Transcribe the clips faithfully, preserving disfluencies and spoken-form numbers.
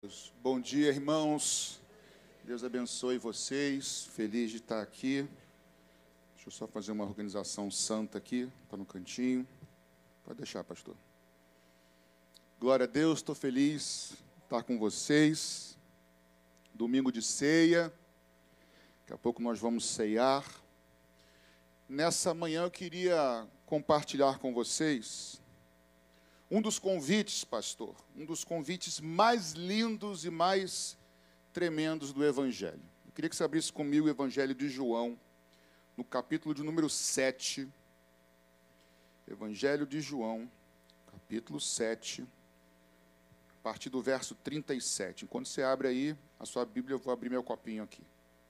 Bom dia, irmãos. Deus abençoe vocês. Feliz de estar aqui. Deixa eu só fazer uma organização santa aqui. Está no cantinho. Pode deixar, pastor. Glória a Deus, estou feliz de estar com vocês. Domingo de ceia. Daqui a pouco nós vamos ceiar. Nessa manhã eu queria compartilhar com vocês um dos convites, pastor, um dos convites mais lindos e mais tremendos do Evangelho. Eu queria que você abrisse comigo o Evangelho de João, no capítulo de número sete. Evangelho de João, capítulo sete, a partir do verso trinta e sete. Enquanto você abre aí a sua Bíblia, eu vou abrir meu copinho aqui.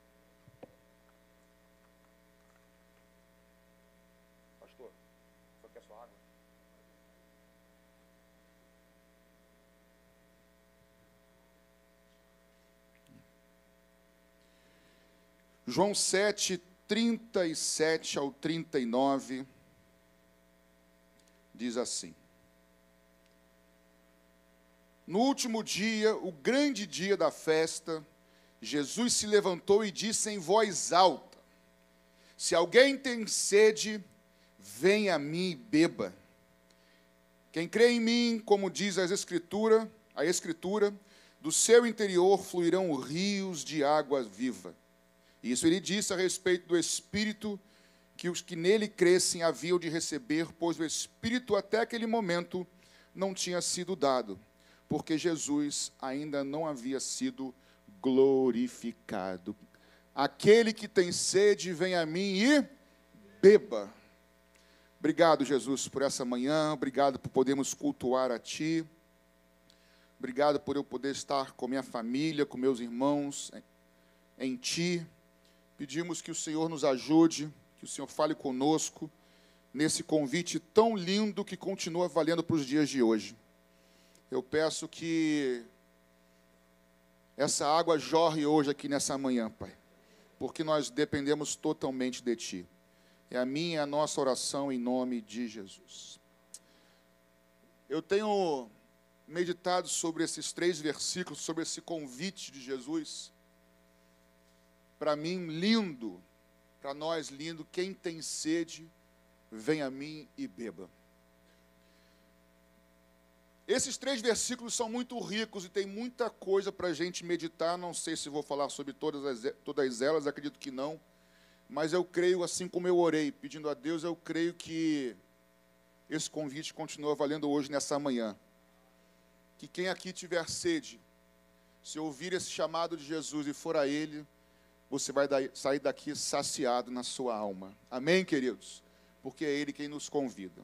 Pastor, só quer sua água? João sete, trinta e sete ao trinta e nove, diz assim: No último dia, o grande dia da festa, Jesus se levantou e disse em voz alta: Se alguém tem sede, venha a mim e beba. Quem crê em mim, como diz a Escritura, a Escritura, do seu interior fluirão rios de água viva. Isso ele disse a respeito do Espírito que os que nele crescem haviam de receber, pois o Espírito até aquele momento não tinha sido dado, porque Jesus ainda não havia sido glorificado. Aquele que tem sede, vem a mim e beba. Obrigado, Jesus, por essa manhã, obrigado por podermos cultuar a Ti, obrigado por eu poder estar com minha família, com meus irmãos, em Ti. Pedimos que o Senhor nos ajude, que o Senhor fale conosco nesse convite tão lindo que continua valendo para os dias de hoje. Eu peço que essa água jorre hoje aqui nessa manhã, Pai, porque nós dependemos totalmente de Ti. É a minha e a nossa oração em nome de Jesus. Eu tenho meditado sobre esses três versículos, sobre esse convite de Jesus. Para mim, lindo, para nós, lindo, quem tem sede, vem a mim e beba. Esses três versículos são muito ricos e tem muita coisa para a gente meditar. Não sei se vou falar sobre todas, as, todas elas, acredito que não. Mas eu creio, assim como eu orei, pedindo a Deus, eu creio que esse convite continua valendo hoje, nessa manhã. Que quem aqui tiver sede, se ouvir esse chamado de Jesus e for a Ele, você vai sair daqui saciado na sua alma. Amém, queridos? Porque é Ele quem nos convida.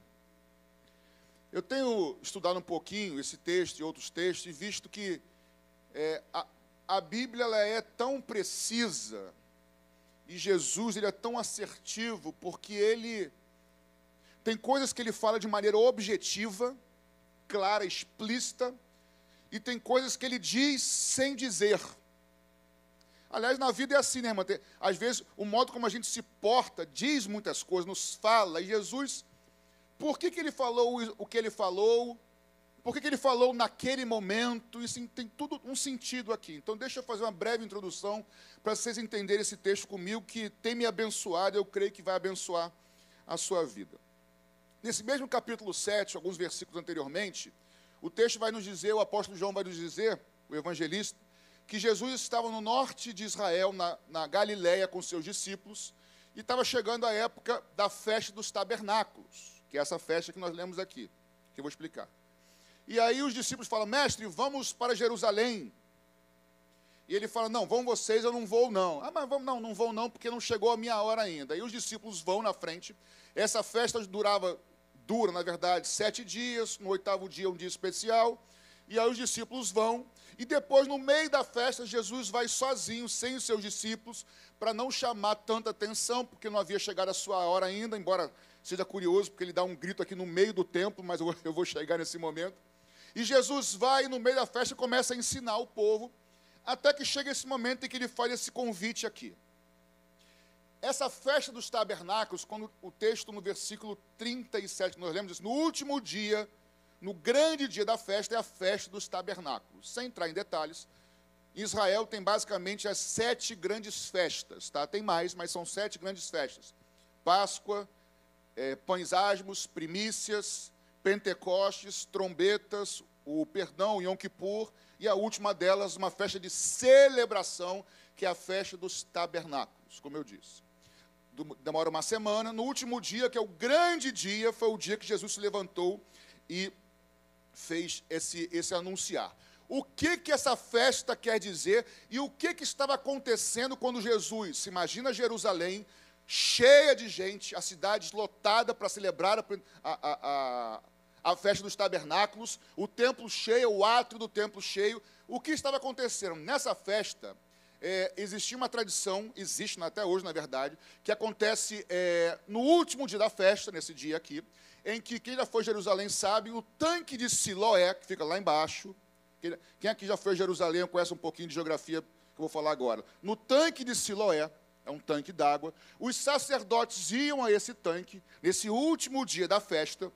Eu tenho estudado um pouquinho esse texto e outros textos e visto que é, a, a Bíblia ela é tão precisa e Jesus ele é tão assertivo porque Ele tem coisas que Ele fala de maneira objetiva, clara, explícita, e tem coisas que Ele diz sem dizer. Aliás, na vida é assim, né, irmã? Às vezes, o modo como a gente se porta diz muitas coisas, nos fala. E Jesus, por que, que Ele falou o que Ele falou? Por que, que Ele falou naquele momento? Isso tem tudo um sentido aqui. Então, deixa eu fazer uma breve introdução para vocês entenderem esse texto comigo, que tem me abençoado, eu creio que vai abençoar a sua vida. Nesse mesmo capítulo sete, alguns versículos anteriormente, o texto vai nos dizer, o apóstolo João vai nos dizer, o evangelista, que Jesus estava no norte de Israel, na, na Galileia, com seus discípulos, e estava chegando a época da festa dos tabernáculos, que é essa festa que nós lemos aqui, que eu vou explicar. E aí os discípulos falam: mestre, vamos para Jerusalém. E ele fala: não, vão vocês, eu não vou não. Ah, mas vamos, não, não vou não, porque não chegou a minha hora ainda. E os discípulos vão na frente. Essa festa durava, dura, na verdade, sete dias, no oitavo dia um dia especial, e aí os discípulos vão. E depois, no meio da festa, Jesus vai sozinho, sem os seus discípulos, para não chamar tanta atenção, porque não havia chegado a sua hora ainda, embora seja curioso, porque ele dá um grito aqui no meio do templo, mas eu, eu vou chegar nesse momento. E Jesus vai, no meio da festa, e começa a ensinar o povo, até que chega esse momento em que ele faz esse convite aqui. Essa festa dos tabernáculos, quando o texto no versículo trinta e sete, nós lemos isso, no último dia, no grande dia da festa, é a festa dos tabernáculos. Sem entrar em detalhes, Israel tem basicamente as sete grandes festas, tá? Tem mais, mas são sete grandes festas. Páscoa, é, pães asmos, primícias, Pentecostes, trombetas, o perdão, Yom Kippur, e a última delas, uma festa de celebração, que é a festa dos tabernáculos, como eu disse. Demora uma semana. No último dia, que é o grande dia, foi o dia que Jesus se levantou e fez esse, esse anunciar. O que, que essa festa quer dizer e o que, que estava acontecendo quando Jesus, se imagina Jerusalém, cheia de gente, a cidade lotada para celebrar a, a, a, a festa dos tabernáculos, o templo cheio, o átrio do templo cheio. O que estava acontecendo? Nessa festa, é, existia uma tradição, existe até hoje, na verdade, que acontece é, no último dia da festa, nesse dia aqui, em que quem já foi a Jerusalém sabe, o tanque de Siloé, que fica lá embaixo. Quem aqui já foi a Jerusalém, conhece um pouquinho de geografia, que eu vou falar agora. No tanque de Siloé, é um tanque d'água, os sacerdotes iam a esse tanque, nesse último dia da festa,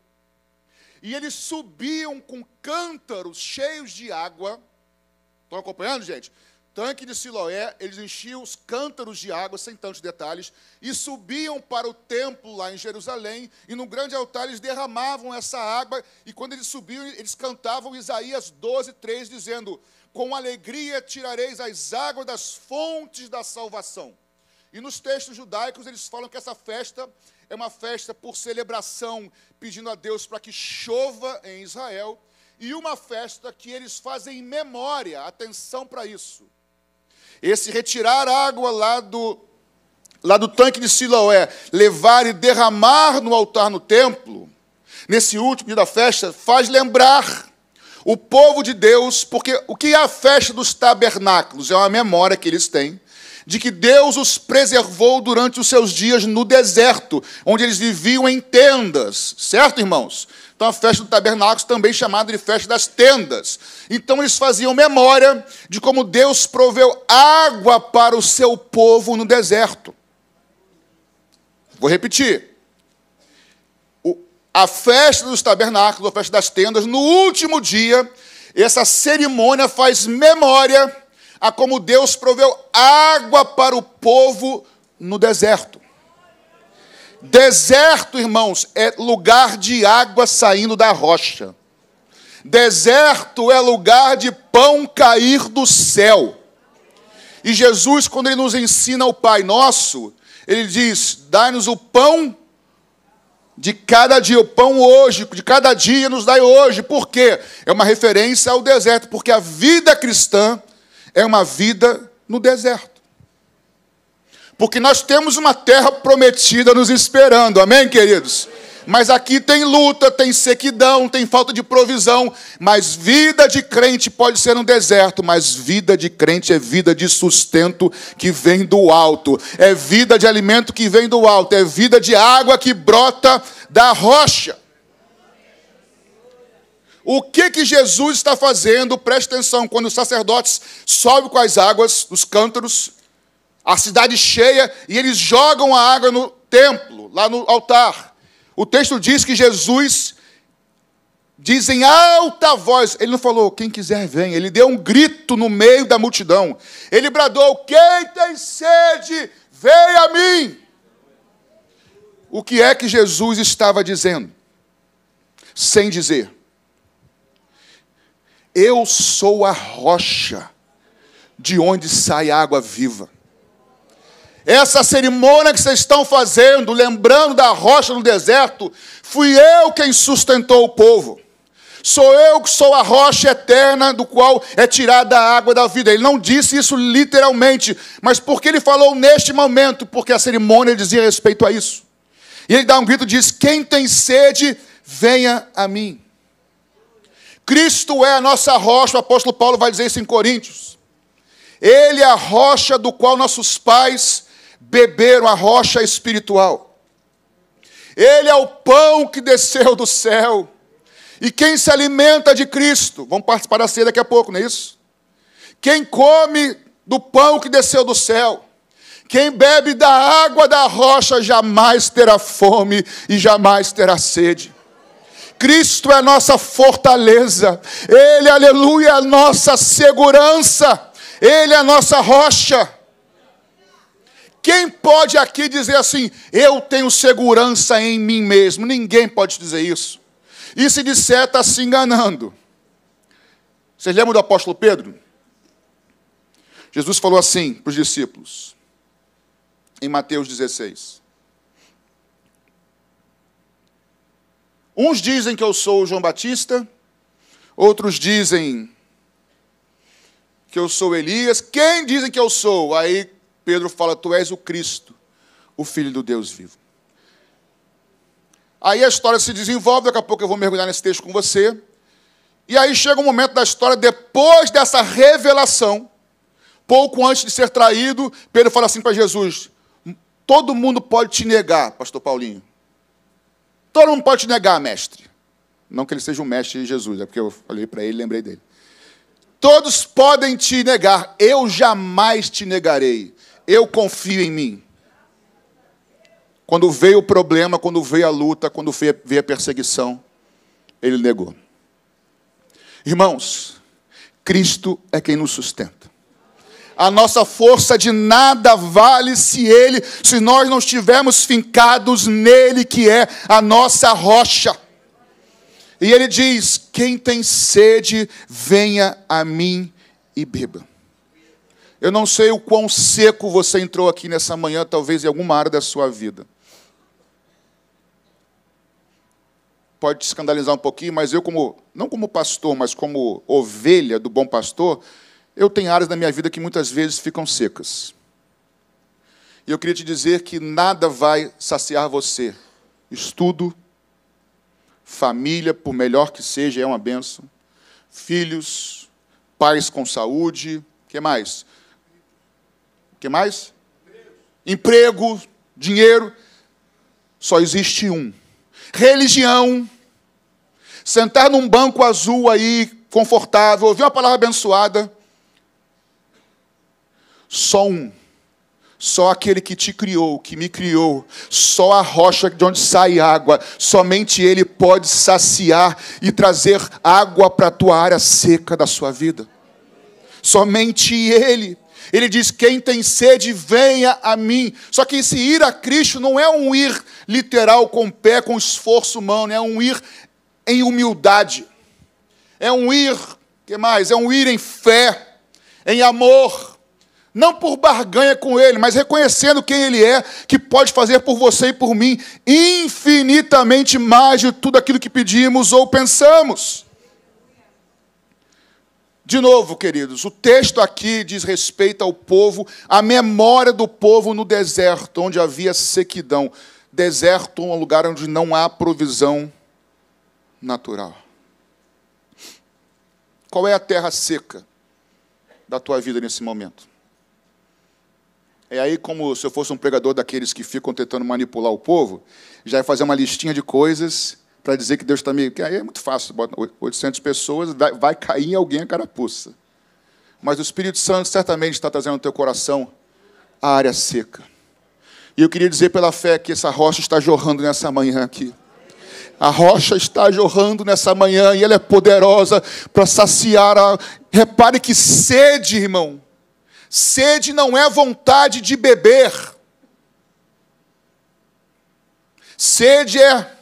e eles subiam com cântaros cheios de água. Estão acompanhando, gente? Tanque de Siloé, eles enchiam os cântaros de água, sem tantos detalhes, e subiam para o templo lá em Jerusalém, e no grande altar eles derramavam essa água, e quando eles subiam, eles cantavam Isaías doze, três, dizendo: com alegria tirareis as águas das fontes da salvação. E nos textos judaicos eles falam que essa festa é uma festa por celebração, pedindo a Deus para que chova em Israel, e uma festa que eles fazem em memória, atenção para isso. Esse retirar água lá do, lá do tanque de Siloé, levar e derramar no altar no templo, nesse último dia da festa, faz lembrar o povo de Deus, porque o que é a festa dos tabernáculos? É uma memória que eles têm, de que Deus os preservou durante os seus dias no deserto, onde eles viviam em tendas, certo, irmãos? Então, a festa do tabernáculo, também chamada de festa das tendas. Então, eles faziam memória de como Deus proveu água para o seu povo no deserto. Vou repetir. O, a festa dos tabernáculos, a festa das tendas, no último dia, essa cerimônia faz memória a como Deus proveu água para o povo no deserto. Deserto, irmãos, é lugar de água saindo da rocha. Deserto é lugar de pão cair do céu. E Jesus, quando ele nos ensina o Pai Nosso, ele diz: dai-nos o pão de cada dia, o pão hoje, de cada dia nos dai hoje. Por quê? É uma referência ao deserto, porque a vida cristã é uma vida no deserto. Porque nós temos uma terra prometida nos esperando, amém, queridos? Mas aqui tem luta, tem sequidão, tem falta de provisão, mas vida de crente pode ser um deserto, mas vida de crente é vida de sustento que vem do alto, é vida de alimento que vem do alto, é vida de água que brota da rocha. O que que Jesus está fazendo? Preste atenção, quando os sacerdotes sobem com as águas dos cântaros, a cidade cheia, e eles jogam a água no templo, lá no altar. O texto diz que Jesus diz em alta voz, ele não falou, quem quiser venha, ele deu um grito no meio da multidão. Ele bradou, quem tem sede, venha a mim. O que é que Jesus estava dizendo? Sem dizer. Eu sou a rocha de onde sai água viva. Essa cerimônia que vocês estão fazendo, lembrando da rocha no deserto, fui eu quem sustentou o povo. Sou eu que sou a rocha eterna do qual é tirada a água da vida. Ele não disse isso literalmente, mas porque ele falou neste momento, porque a cerimônia dizia respeito a isso. E ele dá um grito e diz, quem tem sede, venha a mim. Cristo é a nossa rocha, o apóstolo Paulo vai dizer isso em Coríntios. Ele é a rocha do qual nossos pais beberam, a rocha espiritual. Ele é o pão que desceu do céu. E quem se alimenta de Cristo, vamos participar da ceia daqui a pouco, não é isso? Quem come do pão que desceu do céu, quem bebe da água da rocha jamais terá fome e jamais terá sede. Cristo é a nossa fortaleza. Ele, aleluia, é a nossa segurança. Ele é a nossa rocha. Quem pode aqui dizer assim, eu tenho segurança em mim mesmo? Ninguém pode dizer isso. E se disser, está se enganando. Vocês lembram do apóstolo Pedro? Jesus falou assim para os discípulos, em Mateus dezesseis. Uns dizem que eu sou o João Batista, outros dizem que eu sou Elias. Quem dizem que eu sou? Aí Pedro fala, tu és o Cristo, o Filho do Deus vivo. Aí a história se desenvolve, daqui a pouco eu vou mergulhar nesse texto com você. E aí chega um momento da história, depois dessa revelação, pouco antes de ser traído, Pedro fala assim para Jesus, todo mundo pode te negar, pastor Paulinho. Todo mundo pode te negar, mestre. Não que ele seja um mestre de Jesus, é porque eu falei para ele e lembrei dele. Todos podem te negar, eu jamais te negarei. Eu confio em mim. Quando veio o problema, quando veio a luta, quando veio a perseguição, ele negou. Irmãos, Cristo é quem nos sustenta. A nossa força de nada vale se ele, se nós não estivermos fincados nele, que é a nossa rocha. E ele diz, quem tem sede, venha a mim e beba. Eu não sei o quão seco você entrou aqui nessa manhã, talvez em alguma área da sua vida. Pode te escandalizar um pouquinho, mas eu, como não como pastor, mas como ovelha do bom pastor, eu tenho áreas da minha vida que muitas vezes ficam secas. E eu queria te dizer que nada vai saciar você. Estudo, família, por melhor que seja, é uma bênção. Filhos, pais com saúde, o que mais? O que mais? Emprego, dinheiro. Só existe um. Religião. Sentar num banco azul aí, confortável, ouvir uma palavra abençoada. Só um. Só aquele que te criou, que me criou. Só a rocha de onde sai água. Somente ele pode saciar e trazer água para a tua área seca da sua vida. Somente ele. Ele diz, quem tem sede, venha a mim. Só que esse ir a Cristo não é um ir literal com o pé, com esforço humano. É um ir em humildade. É um ir, o que mais? É um ir em fé, em amor. Não por barganha com ele, mas reconhecendo quem ele é, que pode fazer por você e por mim infinitamente mais de tudo aquilo que pedimos ou pensamos. De novo, queridos, o texto aqui diz respeito ao povo, à memória do povo no deserto, onde havia sequidão. Deserto é um lugar onde não há provisão natural. Qual é a terra seca da tua vida nesse momento? É aí como se eu fosse um pregador daqueles que ficam tentando manipular o povo, já vai fazer uma listinha de coisas para dizer que Deus está meio... Porque aí é muito fácil, bota oitocentas pessoas, vai cair em alguém a carapuça. Mas o Espírito Santo certamente está trazendo no teu coração a área seca. E eu queria dizer pela fé que essa rocha está jorrando nessa manhã aqui. A rocha está jorrando nessa manhã e ela é poderosa para saciar a... Repare que sede, irmão. Sede não é vontade de beber. Sede é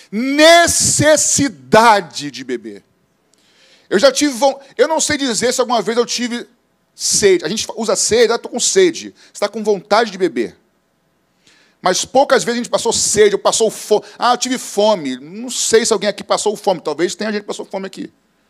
necessidade de beber. Eu já tive... Eu não sei dizer se alguma vez eu tive sede. A gente usa sede, eu estou com sede. Você está com vontade de beber. Mas poucas vezes a gente passou sede, ou passou fome. Ah, eu tive fome. Não sei se alguém aqui passou fome. Talvez tenha gente que passou fome aqui.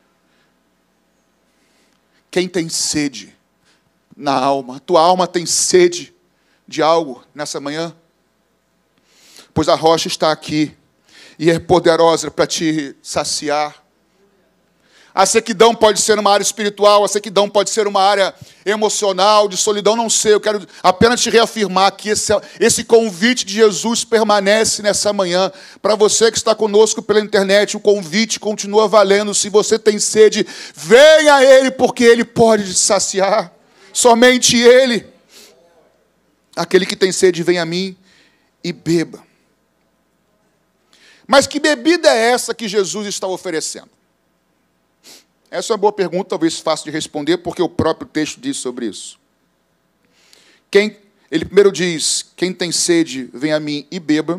Quem tem sede na alma? Tua alma tem sede de algo nessa manhã? Pois a rocha está aqui e é poderosa para te saciar. A sequidão pode ser uma área espiritual, a sequidão pode ser uma área emocional, de solidão, não sei. Eu quero apenas te reafirmar que esse, esse convite de Jesus permanece nessa manhã. Para você que está conosco pela internet, o convite continua valendo. Se você tem sede, venha a Ele, porque Ele pode te saciar. Somente Ele. Aquele que tem sede, venha a mim e beba. Mas que bebida é essa que Jesus está oferecendo? Essa é uma boa pergunta, talvez fácil de responder, porque o próprio texto diz sobre isso. Quem, ele primeiro diz, quem tem sede, vem a mim e beba.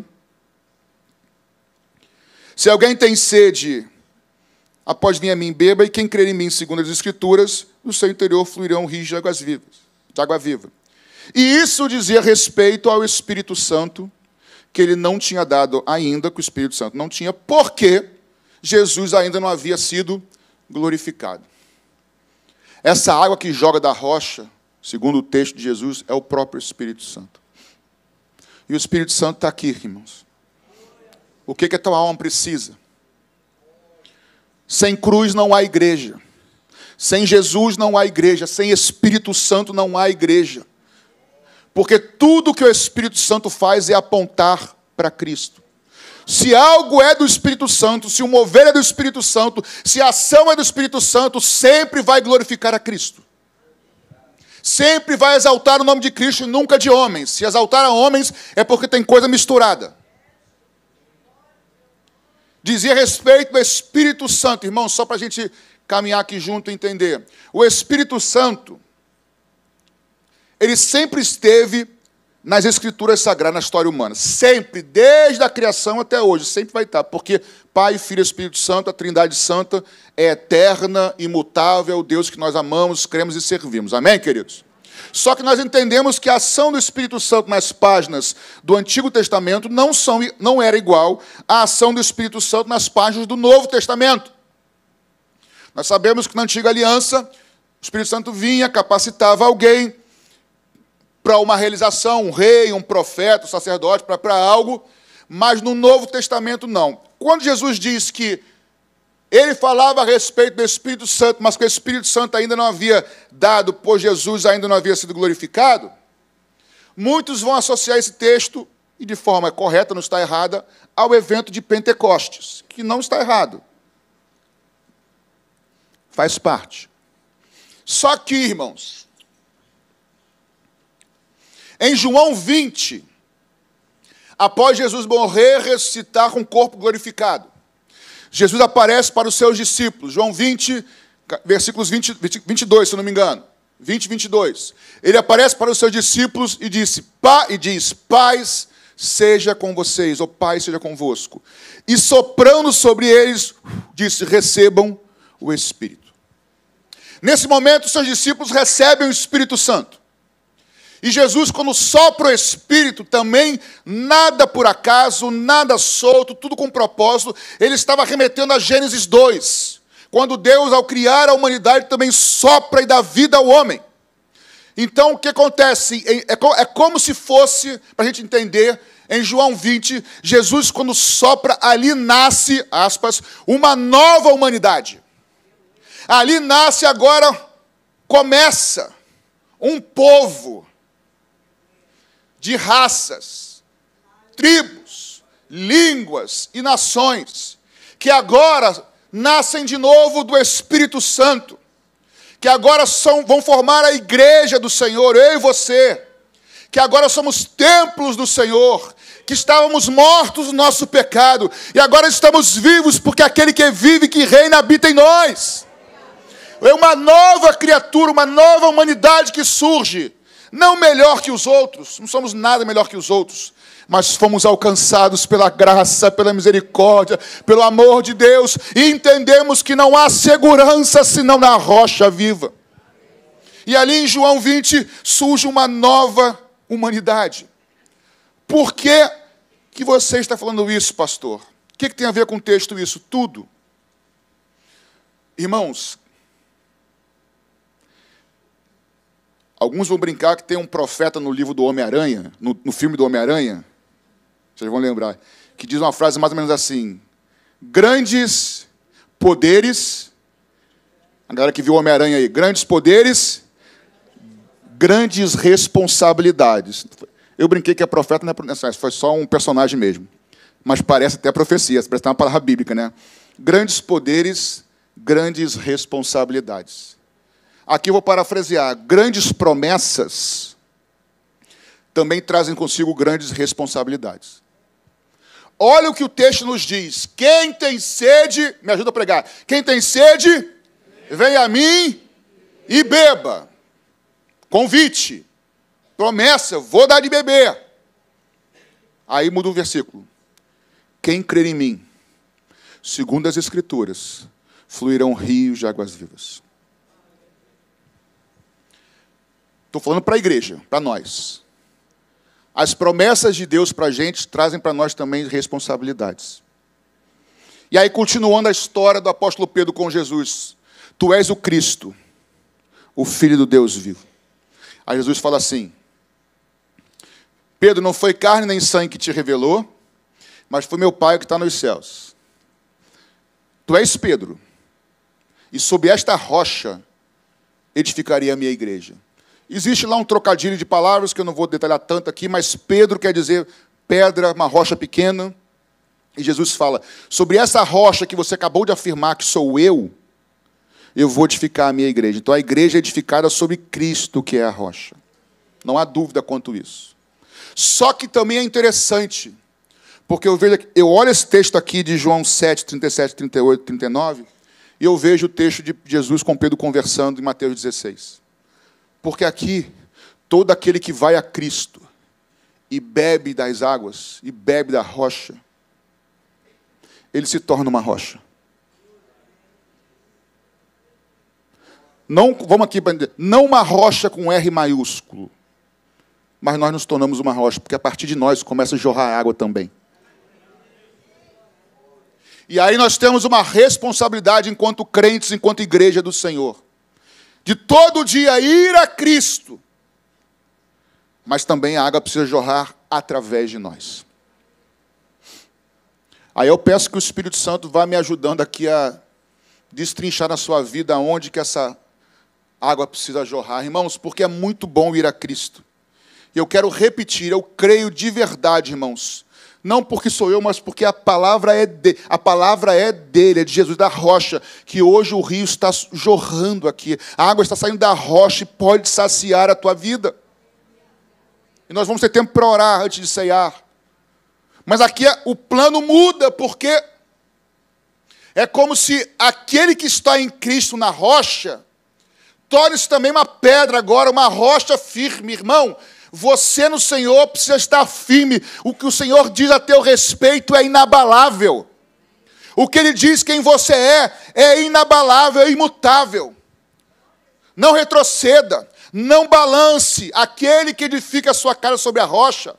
Se alguém tem sede, após vir a mim, beba, e quem crer em mim, segundo as Escrituras, do seu interior fluirão rios de águas vivas, de água viva. E isso dizia respeito ao Espírito Santo, que ele não tinha dado ainda, que o Espírito Santo não tinha, porque Jesus ainda não havia sido glorificado. Essa água que joga da rocha, segundo o texto de Jesus, é o próprio Espírito Santo. E o Espírito Santo está aqui, irmãos. O que, que a tua alma precisa? Sem cruz não há igreja. Sem Jesus não há igreja. Sem Espírito Santo não há igreja. Porque tudo que o Espírito Santo faz é apontar para Cristo. Se algo é do Espírito Santo, se o mover é do Espírito Santo, se a ação é do Espírito Santo, sempre vai glorificar a Cristo. Sempre vai exaltar o nome de Cristo e nunca de homens. Se exaltar a homens é porque tem coisa misturada. Dizia respeito ao Espírito Santo, irmão, só para a gente caminhar aqui junto e entender. O Espírito Santo, ele sempre esteve nas Escrituras Sagradas, na história humana. Sempre, desde a criação até hoje, sempre vai estar. Porque Pai, Filho e Espírito Santo, a Trindade Santa, é eterna, imutável, é o Deus que nós amamos, cremos e servimos. Amém, queridos? Só que nós entendemos que a ação do Espírito Santo nas páginas do Antigo Testamento não, são, não era igual à ação do Espírito Santo nas páginas do Novo Testamento. Nós sabemos que na Antiga Aliança, o Espírito Santo vinha, capacitava alguém para uma realização, um rei, um profeta, um sacerdote, para algo, mas no Novo Testamento não. Quando Jesus diz que ele falava a respeito do Espírito Santo, mas que o Espírito Santo ainda não havia dado, pois Jesus ainda não havia sido glorificado, muitos vão associar esse texto, e de forma correta, não está errada, ao evento de Pentecostes, que não está errado. Faz parte. Só que, irmãos, em João vinte, após Jesus morrer, ressuscitar com o corpo glorificado, Jesus aparece para os seus discípulos. João vinte, versículos vinte, vinte e dois, se não me engano. vinte, vinte e dois. Ele aparece para os seus discípulos e, disse, pá, e diz, paz seja com vocês, ou paz seja convosco. E soprando sobre eles, disse, recebam o Espírito. Nesse momento, os seus discípulos recebem o Espírito Santo. E Jesus, quando sopra o Espírito, também nada por acaso, nada solto, tudo com propósito, ele estava remetendo a Gênesis dois, quando Deus, ao criar a humanidade, também sopra e dá vida ao homem. Então, o que acontece? É como se fosse, para a gente entender, em João vinte, Jesus, quando sopra, ali nasce, aspas, uma nova humanidade. Ali nasce agora, começa um povo de raças, tribos, línguas e nações, que agora nascem de novo do Espírito Santo, que agora são, vão formar a igreja do Senhor, eu e você, que agora somos templos do Senhor, que estávamos mortos no nosso pecado, e agora estamos vivos, porque aquele que vive e que reina habita em nós. É uma nova criatura, uma nova humanidade que surge, não melhor que os outros, não somos nada melhor que os outros, mas fomos alcançados pela graça, pela misericórdia, pelo amor de Deus, e entendemos que não há segurança senão na rocha viva. E ali em João vinte surge uma nova humanidade. Por que que você está falando isso, pastor? O que, que tem a ver com o texto isso? Tudo. Irmãos, alguns vão brincar que tem um profeta no livro do Homem-Aranha, no, no filme do Homem-Aranha, vocês vão lembrar, que diz uma frase mais ou menos assim, grandes poderes, a galera que viu o Homem-Aranha aí, grandes poderes, grandes responsabilidades. Eu brinquei que a profeta não é, foi só um personagem mesmo, mas parece até profecia, parece uma palavra bíblica, né? Grandes poderes, grandes responsabilidades. Aqui eu vou parafrasear. Grandes promessas também trazem consigo grandes responsabilidades. olha o que o texto nos diz. Quem tem sede, me ajuda a pregar. Quem tem sede, venha a mim e beba. Convite. Promessa, vou dar de beber. Aí muda o versículo. Quem crer em mim, segundo as Escrituras, fluirão rios de águas vivas. Estou falando para a igreja, para nós. As promessas de Deus para a gente trazem para nós também responsabilidades. E aí, continuando a história do apóstolo Pedro com Jesus. Tu és o Cristo, o Filho do Deus vivo. Aí Jesus fala assim, Pedro, não foi carne nem sangue que te revelou, mas foi meu Pai que está nos céus. Tu és Pedro, e sob esta rocha edificaria a minha igreja. Existe lá um trocadilho de palavras que eu não vou detalhar tanto aqui, mas Pedro quer dizer pedra, uma rocha pequena. E Jesus fala, sobre essa rocha que você acabou de afirmar que sou eu, eu vou edificar a minha igreja. Então a igreja é edificada sobre Cristo, que é a rocha. Não há dúvida quanto isso. Só que também é interessante, porque eu vejo, eu olho esse texto aqui de João sete, trinta e sete, trinta e oito, trinta e nove, e eu vejo o texto de Jesus com Pedro conversando em Mateus dezesseis. Porque aqui, todo aquele que vai a Cristo e bebe das águas, e bebe da rocha, ele se torna uma rocha. Não, vamos aqui, não uma rocha com R maiúsculo, mas nós nos tornamos uma rocha, porque a partir de nós começa a jorrar água também. E aí nós temos uma responsabilidade enquanto crentes, enquanto igreja do Senhor, de todo dia ir a Cristo, mas também a água precisa jorrar através de nós. Aí eu peço que o Espírito Santo vá me ajudando aqui a destrinchar na sua vida onde que essa água precisa jorrar, irmãos, porque é muito bom ir a Cristo. E eu quero repetir, eu creio de verdade, irmãos, não porque sou eu, mas porque a palavra é de, a palavra é dele, é de Jesus, da rocha, que hoje o rio está jorrando aqui, a água está saindo da rocha e pode saciar a tua vida. E nós vamos ter tempo para orar antes de ceiar. Mas aqui o plano muda, porque é como se aquele que está em Cristo na rocha torne-se também uma pedra agora, uma rocha firme, irmão. Você no Senhor precisa estar firme. O que o Senhor diz a teu respeito é inabalável. O que Ele diz quem você é, é inabalável, é imutável. Não retroceda, não balance. Aquele que edifica a sua casa sobre a rocha.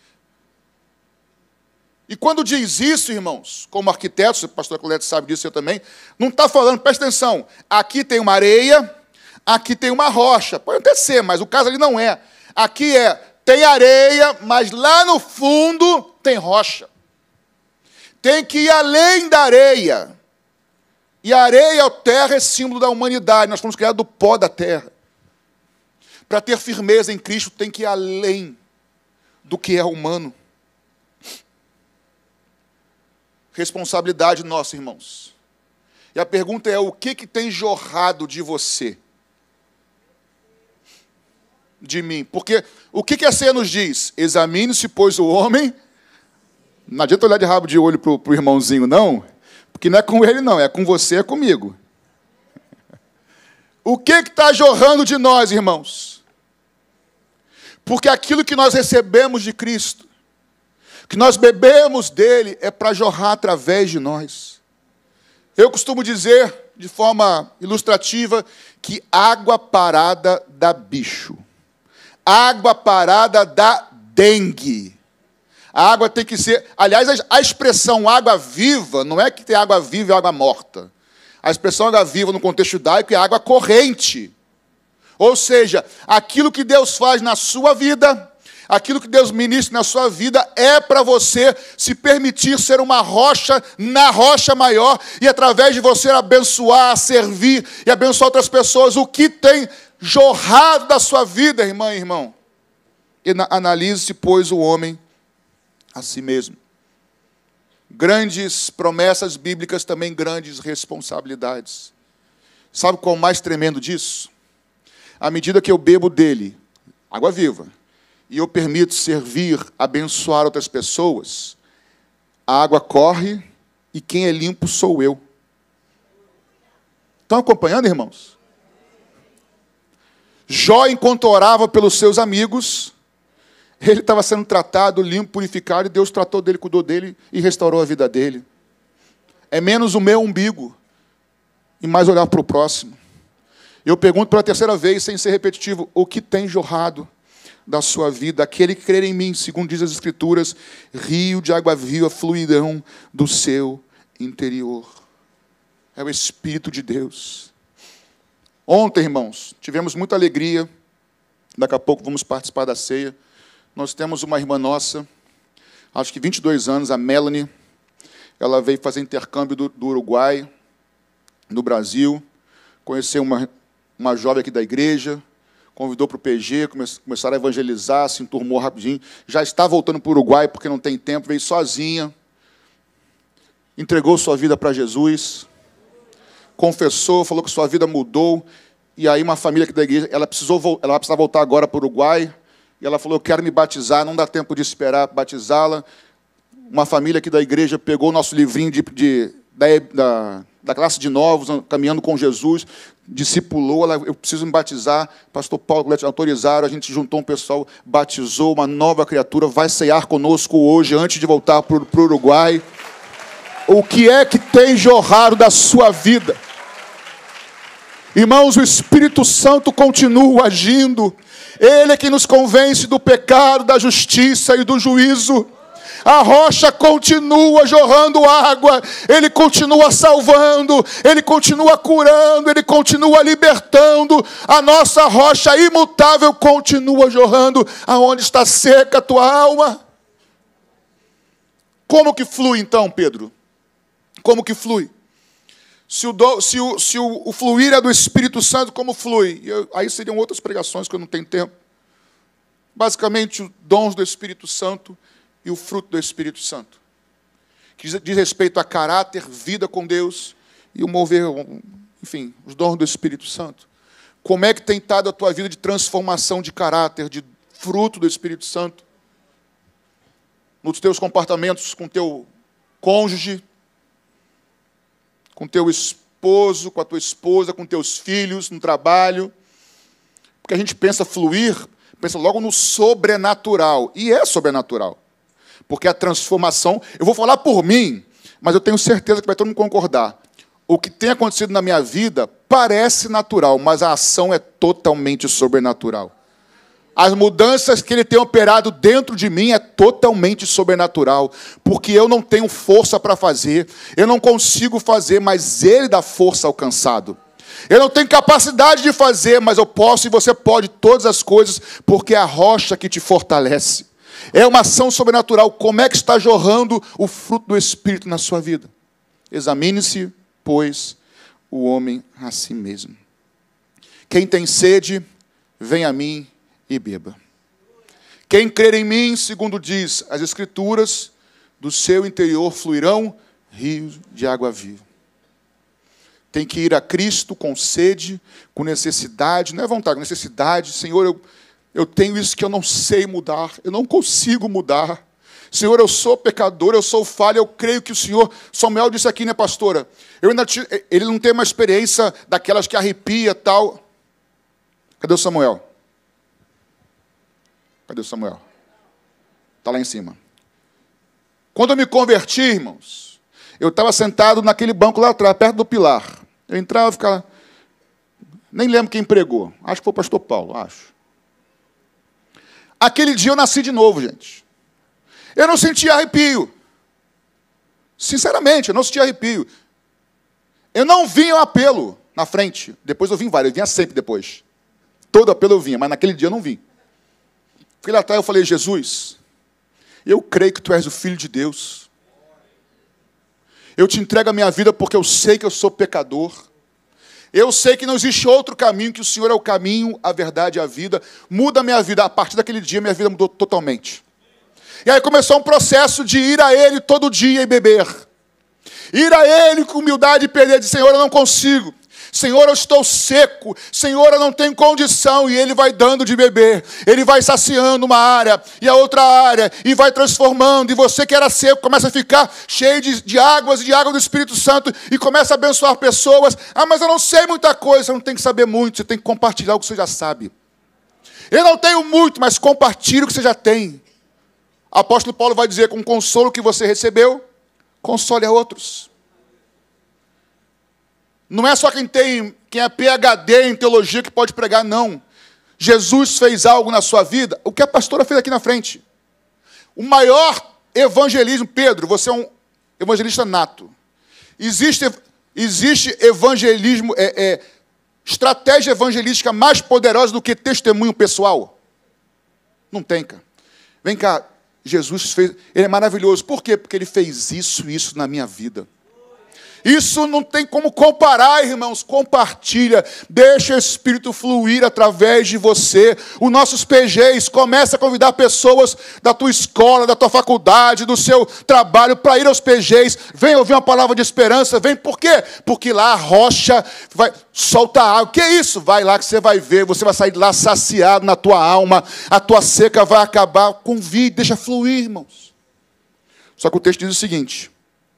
E quando diz isso, irmãos, como arquitetos, o pastor Colete sabe disso, eu também, não está falando, presta atenção, aqui tem uma areia, aqui tem uma rocha. Pode até ser, mas o caso ali não é. Aqui é, tem areia, mas lá no fundo tem rocha. Tem que ir além da areia. E a areia, a terra, é símbolo da humanidade. Nós fomos criados do pó da terra. Para ter firmeza em Cristo, tem que ir além do que é humano. Responsabilidade nossa, irmãos. E a pergunta é, o que, que tem jorrado de você? De mim. Porque o que, que a ceia nos diz? Examine-se, pois, o homem... Não adianta olhar de rabo de olho para o irmãozinho, não. Porque não é com ele, não. É com você, é comigo. O que está jorrando de nós, irmãos? Porque aquilo que nós recebemos de Cristo, que nós bebemos dele, é para jorrar através de nós. Eu costumo dizer, de forma ilustrativa, que água parada dá bicho. Água parada dá dengue. A água tem que ser... Aliás, a expressão água viva não é que tem água viva e água morta. A expressão água viva no contexto judaico é água corrente. Ou seja, aquilo que Deus faz na sua vida... Aquilo que Deus ministra na sua vida é para você se permitir ser uma rocha na rocha maior e através de você abençoar, servir e abençoar outras pessoas. O que tem jorrado da sua vida, irmã e irmão? E analise-se, pois, o homem a si mesmo. Grandes promessas bíblicas, também grandes responsabilidades. Sabe qual é o mais tremendo disso? À medida que eu bebo dele, água viva, e eu permito servir, abençoar outras pessoas, A água corre e quem é limpo sou eu. Estão acompanhando, irmãos? Jó, enquanto orava pelos seus amigos, ele estava sendo tratado, limpo, purificado, e Deus tratou dele, cuidou dele e restaurou a vida dele. É menos o meu umbigo e mais olhar para o próximo. Eu pergunto pela terceira vez, sem ser repetitivo, o que tem jorrado da sua vida? Aquele que crer em mim, segundo diz as Escrituras, rio de água viva fluirão do seu interior. É o Espírito de Deus. Ontem, irmãos, tivemos muita alegria. Daqui a pouco vamos participar da ceia. Nós temos uma irmã nossa, acho que vinte e dois anos, a Melanie. Ela veio fazer intercâmbio do, do Uruguai, no Brasil. Conheceu uma, uma jovem aqui da igreja. Convidou para o P G, come, começaram a evangelizar, se enturmou rapidinho. Já está voltando para o Uruguai, porque não tem tempo. Veio sozinha. Entregou sua vida para Jesus. Confessou, falou que sua vida mudou, e aí uma família aqui da igreja, ela, precisou, ela precisava voltar agora para o Uruguai, e ela falou, eu quero me batizar, não dá tempo de esperar batizá-la. Uma família aqui da igreja pegou o nosso livrinho de, de, da, da, da classe de novos, Caminhando com Jesus, discipulou, ela, eu preciso me batizar, pastor Paulo autorizaram, a gente juntou um pessoal, batizou, uma nova criatura, vai ceiar conosco hoje, antes de voltar para o Uruguai. O que é que tem jorrado da sua vida? Irmãos, o Espírito Santo continua agindo. Ele é quem nos convence do pecado, da justiça e do juízo. A rocha continua jorrando água. Ele continua salvando. Ele continua curando. Ele continua libertando. A nossa rocha imutável continua jorrando. Aonde está seca a tua alma? Como que flui então, Pedro? Como que flui? Se o, do, se o, se o, o fluir é do Espírito Santo, como flui? Eu, aí seriam outras pregações que eu não tenho tempo. Basicamente, os dons do Espírito Santo e o fruto do Espírito Santo. Que diz, diz respeito a caráter, vida com Deus e o mover, enfim, os dons do Espírito Santo. Como é que tem estado a tua vida de transformação de caráter, de fruto do Espírito Santo? Nos teus comportamentos com teu cônjuge, com teu esposo, com a tua esposa, com teus filhos, no trabalho. Porque a gente pensa fluir, pensa logo no sobrenatural. E é sobrenatural. Porque a transformação... Eu vou falar por mim, mas eu tenho certeza que vai todo mundo concordar. O que tem acontecido na minha vida parece natural, mas a ação é totalmente sobrenatural. As mudanças que ele tem operado dentro de mim é totalmente sobrenatural, porque eu não tenho força para fazer, eu não consigo fazer, mas ele dá força ao cansado. Eu não tenho capacidade de fazer, mas eu posso e você pode todas as coisas, porque é a rocha que te fortalece. É uma ação sobrenatural. Como é que está jorrando o fruto do Espírito na sua vida? Examine-se, pois, o homem a si mesmo. Quem tem sede, vem a mim e beba. Quem crer em mim, segundo diz as Escrituras, do seu interior fluirão rios de água viva. Tem que ir a Cristo com sede, com necessidade, não é vontade, necessidade. Senhor, eu, eu tenho isso que eu não sei mudar, eu não consigo mudar. Senhor, eu sou pecador, eu sou falha, eu creio que o Senhor... Samuel disse aqui, né, pastora? Eu ainda te, ele não tem uma experiência daquelas que arrepia e tal. Cadê o Samuel? Cadê o Samuel? Está lá em cima. Quando eu me converti, irmãos, eu estava sentado naquele banco lá atrás, perto do pilar. Eu entrava e ficava... Nem lembro quem pregou. Acho que foi o pastor Paulo, acho. Aquele dia eu nasci de novo, gente. Eu não sentia arrepio. Sinceramente, eu não sentia arrepio. Eu não vinha o apelo na frente. Depois eu vim vários, eu vinha sempre depois. Todo apelo eu vinha, mas naquele dia eu não vim. Fiquei lá atrás, eu falei, Jesus, eu creio que Tu és o Filho de Deus. Eu te entrego a minha vida porque eu sei que eu sou pecador. Eu sei que não existe outro caminho, que o Senhor é o caminho, a verdade e a vida. Muda a minha vida. A partir daquele dia, minha vida mudou totalmente. E aí começou um processo de ir a Ele todo dia e beber. Ir a Ele com humildade e perder, de Senhor, eu não consigo. Senhor, eu estou seco. Senhor, eu não tenho condição. E Ele vai dando de beber. Ele vai saciando uma área e a outra área. E vai transformando. E você que era seco começa a ficar cheio de, de águas e de água do Espírito Santo. E começa a abençoar pessoas. Ah, mas eu não sei muita coisa. Você não tem que saber muito. Você tem que compartilhar o que você já sabe. Eu não tenho muito, mas compartilhe o que você já tem. O apóstolo Paulo vai dizer, com o consolo que você recebeu, console a outros. Não é só quem tem, quem é P H D em teologia que pode pregar, não. Jesus fez algo na sua vida, o que a pastora fez aqui na frente. O maior evangelismo, Pedro, você é um evangelista nato. Existe, existe evangelismo, é, é, estratégia evangelística mais poderosa do que testemunho pessoal? Não tem, cara. Vem cá, Jesus fez, Ele é maravilhoso. Por quê? Porque Ele fez isso e isso na minha vida. Isso não tem como comparar, irmãos. Compartilha, deixa o Espírito fluir através de você. Os nossos P Gs, começa a convidar pessoas da tua escola, da tua faculdade, do seu trabalho, para ir aos P Gs. Vem ouvir uma palavra de esperança. Vem, por quê? Porque lá a rocha vai, solta água. O que é isso? Vai lá que você vai ver. Você vai sair de lá saciado na tua alma. A tua seca vai acabar. Convide, deixa fluir, irmãos. Só que o texto diz o seguinte: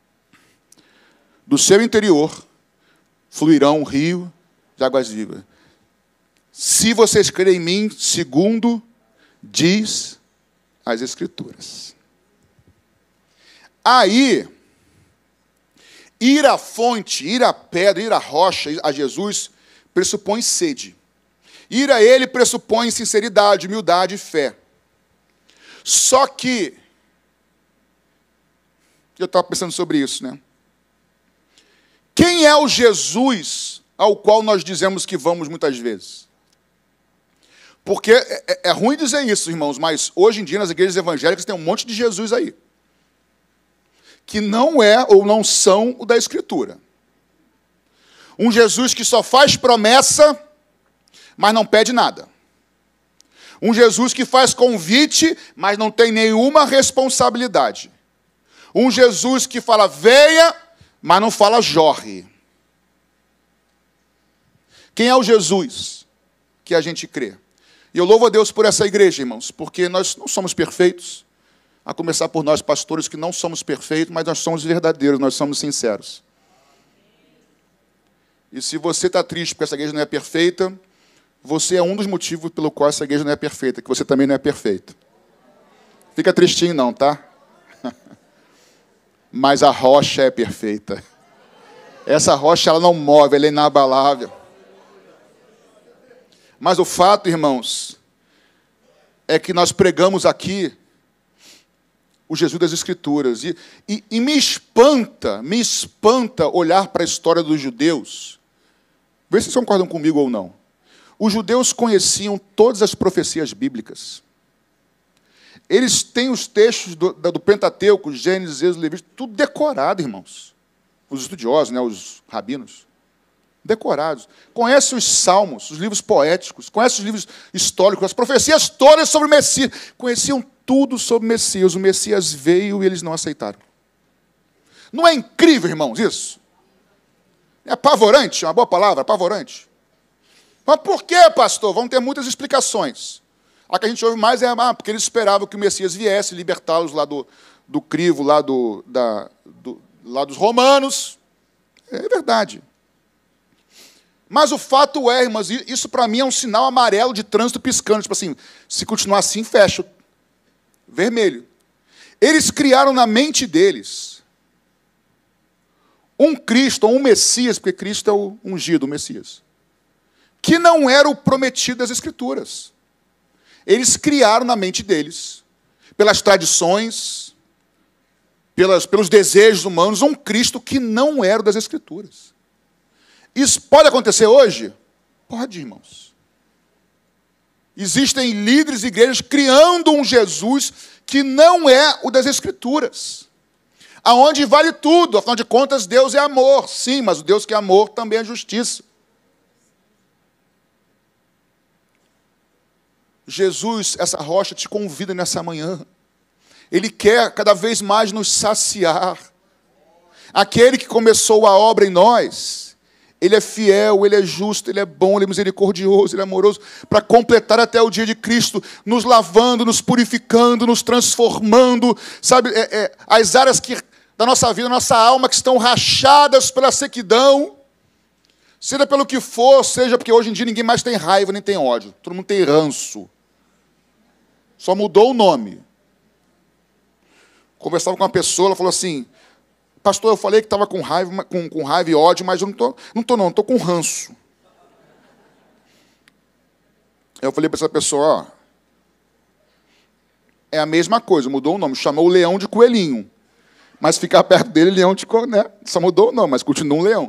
do seu interior fluirão um rio de águas vivas. Se vocês crerem em mim, segundo diz as Escrituras. Aí, ir à fonte, ir à pedra, ir à rocha, ir a Jesus, pressupõe sede. Ir a Ele pressupõe sinceridade, humildade e fé. Só que, eu estava pensando sobre isso, né? Quem é o Jesus ao qual nós dizemos que vamos muitas vezes? Porque é, é ruim dizer isso, irmãos, mas hoje em dia nas igrejas evangélicas tem um monte de Jesus aí, que não é ou não são o da Escritura. Um Jesus que só faz promessa, mas não pede nada. Um Jesus que faz convite, mas não tem nenhuma responsabilidade. Um Jesus que fala, venha, mas não fala jorre. Quem é o Jesus que a gente crê? E eu louvo a Deus por essa igreja, irmãos, porque nós não somos perfeitos, a começar por nós, pastores, que não somos perfeitos, mas nós somos verdadeiros, nós somos sinceros. E se você está triste porque essa igreja não é perfeita, você é um dos motivos pelo qual essa igreja não é perfeita, que você também não é perfeito. Fica tristinho não, tá? Mas a rocha é perfeita. Essa rocha, ela não move, ela é inabalável. Mas o fato, irmãos, é que nós pregamos aqui o Jesus das Escrituras. E, e, e me espanta, me espanta olhar para a história dos judeus. Vê se vocês concordam comigo ou não. Os judeus conheciam todas as profecias bíblicas. Eles têm os textos do, do Pentateuco, Gênesis, Êxodo, Levítico, tudo decorado, irmãos. Os estudiosos, né, os rabinos. Decorados. Conhecem os salmos, os livros poéticos, conhecem os livros históricos, as profecias todas sobre o Messias. Conheciam tudo sobre o Messias. O Messias veio e eles não aceitaram. Não é incrível, irmãos, isso? É apavorante, é uma boa palavra, apavorante. Mas por quê, pastor? Vão ter muitas explicações. A que a gente ouve mais é ah, porque eles esperavam que o Messias viesse libertá-los lá do, do crivo, lá, do, da, do, lá dos romanos. É verdade. Mas o fato é, irmãos, isso para mim é um sinal amarelo de trânsito piscando. Tipo assim, se continuar assim, fecha. Vermelho. Eles criaram na mente deles um Cristo, ou um Messias, porque Cristo é o ungido, o Messias, que não era o prometido das Escrituras. Eles criaram na mente deles, pelas tradições, pelas, pelos desejos humanos, um Cristo que não era o das Escrituras. Isso pode acontecer hoje? Pode, irmãos. Existem líderes de igrejas criando um Jesus que não é o das Escrituras. Aonde vale tudo, afinal de contas, Deus é amor. Sim, mas o Deus que é amor também é justiça. Jesus, essa rocha, te convida nessa manhã. Ele quer cada vez mais nos saciar. Aquele que começou a obra em nós, Ele é fiel, Ele é justo, Ele é bom, Ele é misericordioso, Ele é amoroso, para completar até o dia de Cristo, nos lavando, nos purificando, nos transformando, sabe, é, é, as áreas que, da nossa vida, nossa alma, que estão rachadas pela sequidão, seja pelo que for, seja porque hoje em dia ninguém mais tem raiva, nem tem ódio, todo mundo tem ranço, só mudou o nome. Conversava com uma pessoa, ela falou assim, pastor, eu falei que estava com raiva, com, com raiva e ódio, mas eu não estou, não estou não, estou com ranço. Eu falei para essa pessoa, ó, é a mesma coisa, mudou o nome, chamou o leão de coelhinho, mas ficar perto dele, leão de coelhinho, né? Só mudou o nome, mas continua um leão.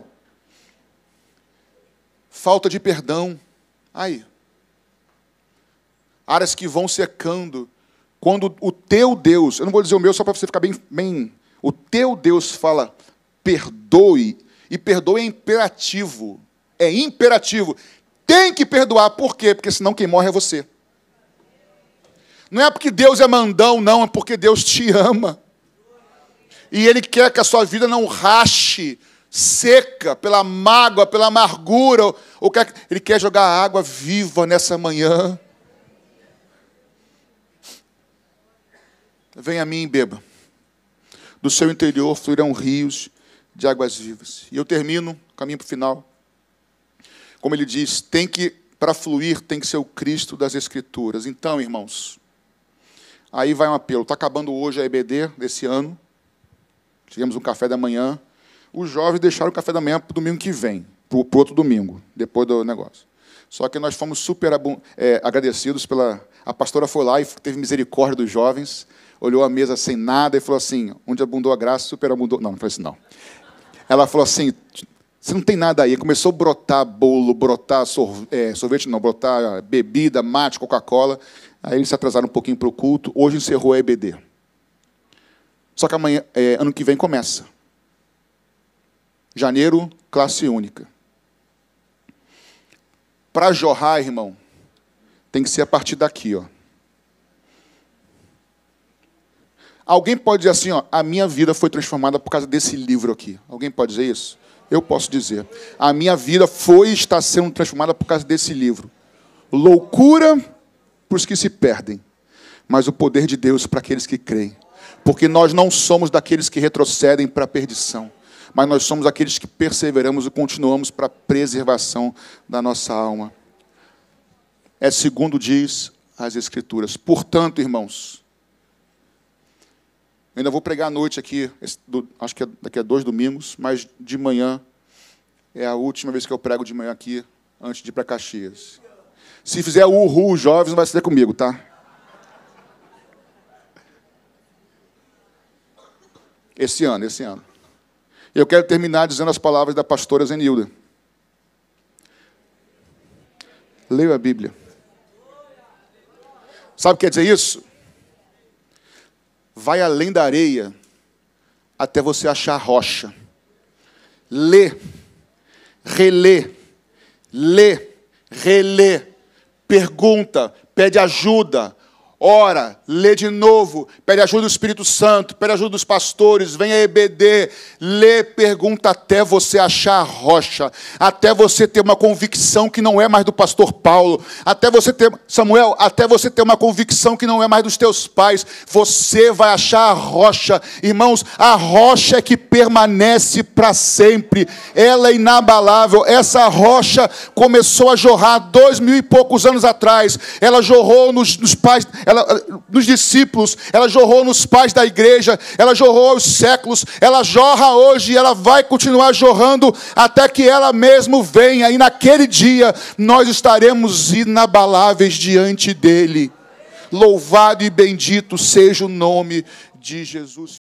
Falta de perdão, aí. Áreas que vão secando, quando o teu Deus, eu não vou dizer o meu só para você ficar bem... bem o teu Deus fala, perdoe, e perdoe é imperativo. É imperativo. Tem que perdoar. Por quê? Porque senão quem morre é você. Não é porque Deus é mandão, não. É porque Deus te ama. E Ele quer que a sua vida não rache, seca, pela mágoa, pela amargura. Ou quer, Ele quer jogar água viva nessa manhã. Venha a mim e beba. Do seu interior fluirão rios de águas vivas. E eu termino, caminho para o final. Como ele diz, tem que, para fluir, tem que ser o Cristo das Escrituras. Então, irmãos, aí vai um apelo. Está acabando hoje a E B D desse ano. Tivemos um café da manhã. Os jovens deixaram o café da manhã para o domingo que vem, para o outro domingo, depois do negócio. Só que nós fomos super é, agradecidos pela... A pastora foi lá e teve misericórdia dos jovens, olhou a mesa sem nada e falou assim, onde abundou a graça, superabundou... Não, não foi assim, não. Ela falou assim, você não tem nada aí. Começou a brotar bolo, brotar sorvete, é, sorvete não, brotar bebida, mate, Coca-Cola. Aí eles se atrasaram um pouquinho para o culto. Hoje encerrou a E B D. Só que amanhã, é, ano que vem começa. Janeiro, classe única. Para jorrar, irmão, tem que ser a partir daqui, ó. Alguém pode dizer assim, ó, a minha vida foi transformada por causa desse livro aqui. Alguém pode dizer isso? Eu posso dizer. A minha vida foi e está sendo transformada por causa desse livro. Loucura para os que se perdem, mas o poder de Deus para aqueles que creem. Porque nós não somos daqueles que retrocedem para a perdição, mas nós somos aqueles que perseveramos e continuamos para a preservação da nossa alma. É segundo diz as Escrituras. Portanto, irmãos, eu ainda vou pregar à noite aqui, acho que é daqui a dois domingos, mas de manhã é a última vez que eu prego de manhã aqui, antes de ir para Caxias. Se fizer o uhul, os jovens, não vai ser comigo, tá? Esse ano, esse ano. Eu quero terminar dizendo as palavras da pastora Zenilda. Leia a Bíblia. Sabe o que quer dizer isso? Vai além da areia até você achar a rocha. Lê, relê, lê, relê, pergunta, pede ajuda, ora, lê de novo, pede ajuda do Espírito Santo, pede ajuda dos pastores, vem a E B D, lê, pergunta até você achar a rocha, até você ter uma convicção que não é mais do pastor Paulo, até você ter, Samuel, até você ter uma convicção que não é mais dos teus pais, você vai achar a rocha. Irmãos, a rocha é que permanece para sempre, ela é inabalável. Essa rocha começou a jorrar dois mil e poucos anos atrás, ela jorrou nos, nos pais, ela, nos discípulos, ela jorrou nos pais da igreja, ela jorrou aos séculos, ela jorra hoje e ela vai continuar jorrando até que ela mesmo venha, e naquele dia nós estaremos inabaláveis diante dele. Louvado e bendito seja o nome de Jesus.